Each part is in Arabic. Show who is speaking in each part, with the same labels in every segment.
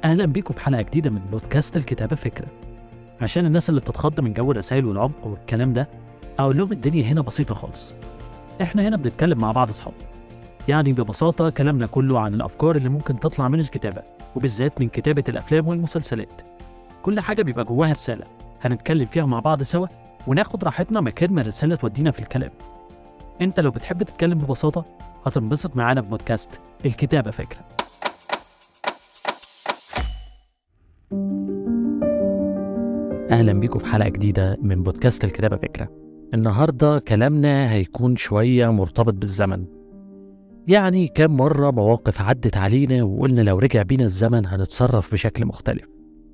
Speaker 1: أهلا بيكم في حلقة جديدة من بودكاست الكتابة فكرة. عشان الناس اللي بتتخض من جو الرسائل والعمق والكلام ده، أقول لهم الدنيا هنا بسيطة خالص. إحنا هنا بنتكلم مع بعض أصحاب، يعني ببساطة كلامنا كله عن الأفكار اللي ممكن تطلع من الكتابة، وبالذات من كتابة الأفلام والمسلسلات. كل حاجة بيبقى جواها رسالة هنتكلم فيها مع بعض سوا، وناخد راحتنا مكان ما الرسالة تودينا في الكلام. أنت لو بتحب تتكلم ببساطة هتنبسط معانا في بودكاست الكتابة فكرة. أهلا بيكم في حلقة جديدة من بودكاست الكتابة فكرة. النهاردة كلامنا هيكون شوية مرتبط بالزمن، يعني كم مرة مواقف عدت علينا وقلنا لو رجع بينا الزمن هنتصرف بشكل مختلف،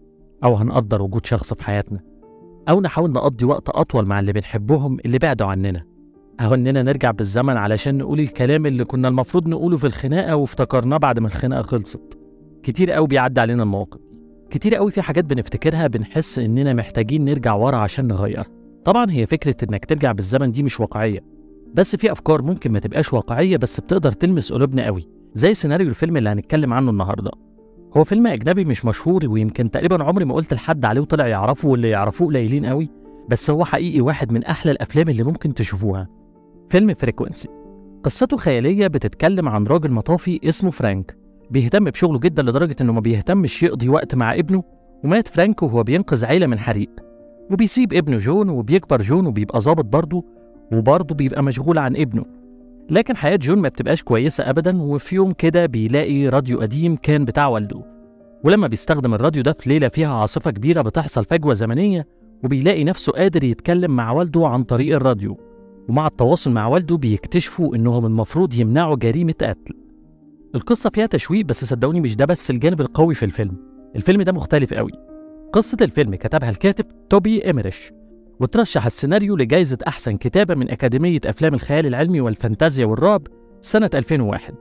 Speaker 1: أو هنقدر وجود شخص في حياتنا، أو نحاول نقضي وقت أطول مع اللي بنحبهم اللي بعدوا عننا، أو إننا نرجع بالزمن علشان نقول الكلام اللي كنا المفروض نقوله في الخناقة وافتكرناه بعد ما الخناقة خلصت. كتير قوي بيعدي علينا المواقف، كتير قوي في حاجات بنفتكرها بنحس إننا محتاجين نرجع ورا عشان نغيرها. طبعا هي فكرة إنك ترجع بالزمن دي مش واقعية، بس في أفكار ممكن ما تبقاش واقعية بس بتقدر تلمس قلوبنا قوي، زي سيناريو الفيلم اللي هنتكلم عنه النهاردة. هو فيلم أجنبي مش مشهور، ويمكن تقريبا عمري ما قلت لحد عليه وطلع يعرفه، واللي يعرفوه قليلين قوي، بس هو حقيقي واحد من أحلى الأفلام اللي ممكن تشوفوها. فيلم فريكوينسي. قصته خيالية بتتكلم عن راجل مطافي اسمه فرانك، بيهتم بشغله جدا لدرجة إنه ما بيهتمش يقضي وقت مع ابنه، ومات فرانك وهو بينقذ عيلة من حريق، وبيسيب ابنه جون، وبيكبر جون وبيبقى ظابط برضه، وبرضه بيبقى مشغول عن ابنه. لكن حياة جون ما بتبقاش كويسة أبدا، وفي يوم كده بيلاقي راديو قديم كان بتاع والده، ولما بيستخدم الراديو ده في ليلة فيها عاصفة كبيرة بتحصل فجوة زمنية، وبيلاقي نفسه قادر يتكلم مع والده عن طريق الراديو. ومع التواصل مع والده بيكتشفوا إنهم المفروض يمنعوا جريمة قتل. القصة فيها تشويق، بس صدقوني مش ده بس الجانب القوي في الفيلم. الفيلم ده مختلف قوي. قصة الفيلم كتبها الكاتب توبي إميريش، وترشح السيناريو لجائزة أحسن كتابة من أكاديمية أفلام الخيال العلمي والفانتازيا والرعب سنة 2001.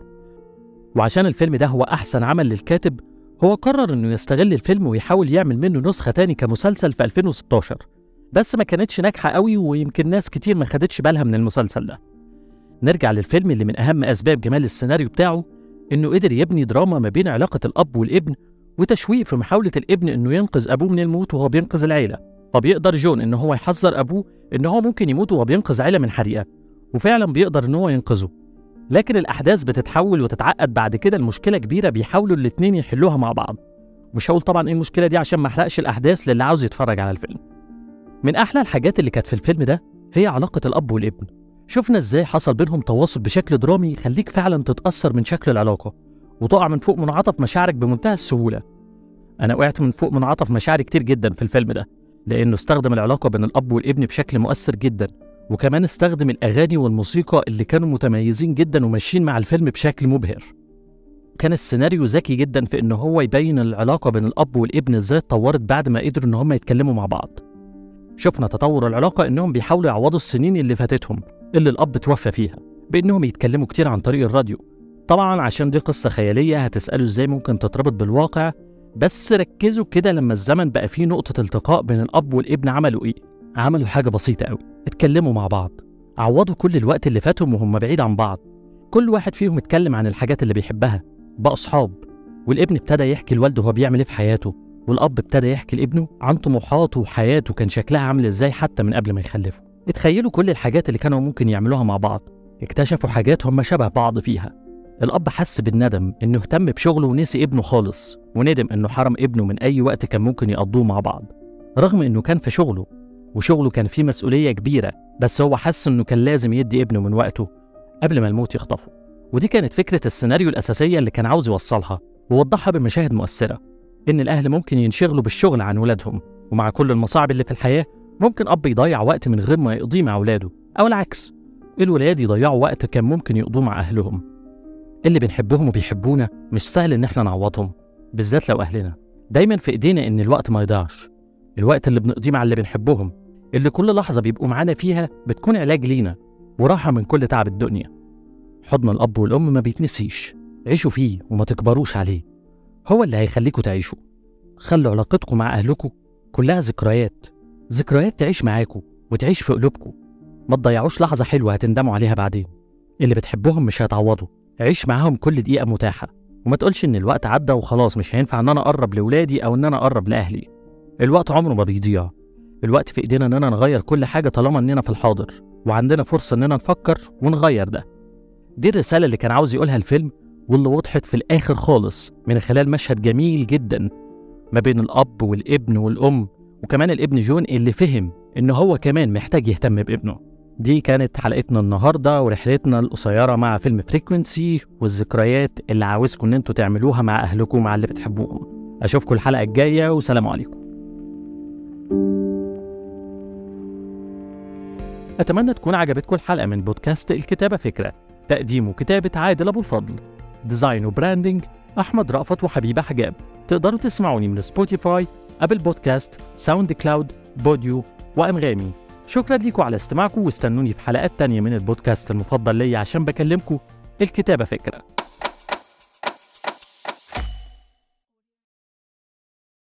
Speaker 1: وعشان الفيلم ده هو أحسن عمل للكاتب، هو قرر إنه يستغل الفيلم ويحاول يعمل منه نسخة تاني كمسلسل في 2016، بس ما كانتش ناجحة قوي، ويمكن ناس كتير ما خدتش بالها من المسلسل ده. نرجع للفيلم اللي من أهم أسباب جمال السيناريو بتاعه إنه قدر يبني دراما ما بين علاقة الأب والابن، وتشويق في محاولة الابن إنه ينقذ أبوه من الموت وهو بينقذ العيلة. فبيقدر جون إنه هو يحذر أبوه إنه هو ممكن يموت وهو بينقذ عيلة من حريقة، وفعلا بيقدر إنه هو ينقذه. لكن الأحداث بتتحول وتتعقد بعد كده، المشكلة كبيرة بيحاولوا الاتنين يحلوها مع بعض. مش هقول طبعا إيه المشكلة دي عشان ما أحرقش الأحداث للي عاوز يتفرج على الفيلم. من أحلى الحاجات اللي كانت في الفيلم ده هي علاقة الأب والابن. شفنا إزاي حصل بينهم تواصل بشكل درامي يخليك فعلا تتأثر من شكل العلاقة، وتقع من فوق منعطف مشاعرك بمنتهى السهولة. أنا وقعت من فوق منعطف مشاعري كتير جدا في الفيلم ده، لأنه استخدم العلاقة بين الأب والابن بشكل مؤثر جدا، وكمان استخدم الأغاني والموسيقى اللي كانوا متميزين جدا وماشيين مع الفيلم بشكل مبهر. كان السيناريو ذكي جدا في إنه هو يبين العلاقة بين الأب والابن إزاي اتطورت بعد ما قدروا إن هم يتكلموا مع بعض. شفنا تطور العلاقة إنهم بيحاولوا يعوضوا السنين اللي فاتتهم اللي الأب توفى فيها، بإنهم يتكلموا كتير عن طريق الراديو. طبعا عشان دي قصة خيالية هتسألوا إزاي ممكن تتربط بالواقع، بس ركزوا كده لما الزمن بقى فيه نقطة التقاء بين الأب والابن عملوا إيه؟ عملوا حاجة بسيطة قوي، اتكلموا مع بعض، عوضوا كل الوقت اللي فاتهم وهم بعيد عن بعض. كل واحد فيهم اتكلم عن الحاجات اللي بيحبها، بقى أصحاب. والابن ابتدى يحكي لوالده هو بيعمل إيه في حياته، والأب ابتدى يحكي لابنه عن طموحاته وحياته كان شكلها عامل إزاي حتى من قبل ما يخلفوا. اتخيلوا كل الحاجات اللي كانوا ممكن يعملوها مع بعض، اكتشفوا حاجات هم شبه بعض فيها. الأب حس بالندم إنه اهتم بشغله ونسي ابنه خالص، وندم إنه حرم ابنه من أي وقت كان ممكن يقضوه مع بعض، رغم إنه كان في شغله، وشغله كان فيه مسؤولية كبيرة، بس هو حس إنه كان لازم يدي ابنه من وقته قبل ما الموت يخطفه. ودي كانت فكرة السيناريو الأساسية اللي كان عاوز يوصلها، ووضحها بمشاهد مؤثرة، إن الأهل ممكن ينشغلوا بالشغل عن ولادهم، ومع كل المصاعب اللي في الحياة ممكن أب يضيع وقت من غير ما يقضيه مع أولاده، أو العكس، الولاد يضيعوا وقت كان ممكن يقضوه مع أهلهم. اللي بنحبهم وبيحبونا مش سهل إن احنا نعوضهم، بالذات لو أهلنا. دايما في إيدينا إن الوقت ما يضيعش، الوقت اللي بنقضيه مع اللي بنحبهم، اللي كل لحظة بيبقوا معانا فيها بتكون علاج لينا وراحة من كل تعب الدنيا. حضن الأب والأم ما بيتنسيش، عيشوا فيه وما تكبروش عليه، هو اللي هيخليكوا تعيشوا. خلوا علاقتكم مع أهلكم كلها ذكريات، ذكريات تعيش معاكم وتعيش في قلوبكم. ما تضيعوش لحظة حلوة هتندموا عليها بعدين. اللي بتحبهم مش هيتعوضوا، عيش معاهم كل دقيقة متاحة، وما تقولش إن الوقت عدى وخلاص مش هينفع إن أنا أقرب لولادي أو إن أنا أقرب لأهلي. الوقت عمره ما بيضيع. الوقت في إيدينا إننا نغير كل حاجة طالما إننا في الحاضر، وعندنا فرصة إننا نفكر ونغير ده. دي الرسالة اللي كان عاوز يقولها الفيلم، واللي وضحت في الآخر خالص من خلال مشهد جميل جدا ما بين الأب والابن والأم، وكمان الابن جون اللي فهم إن هو كمان محتاج يهتم بابنه. دي كانت حلقتنا النهاردة ورحلتنا القصيرة مع فيلم فريكوينسي، والذكريات اللي عاوزكم إن انتوا تعملوها مع أهلكم مع اللي بتحبوهم. أشوفكم الحلقة الجاية وسلام عليكم. أتمنى تكون عجبتكم الحلقة من بودكاست الكتابة فكرة، تقديم وكتابة عادل أبو الفضل، ديزاين وبراندنج أحمد رأفت وحبيبة حجاب. تقدروا تسمعوني من سبوتيفاي، أبل بودكاست، ساوند كلاود، بوديو وأنغامي. شكرا لكم على استماعكم، واستنوني في حلقات تانية من البودكاست المفضل لي عشان بكلمكم الكتابة فكرة.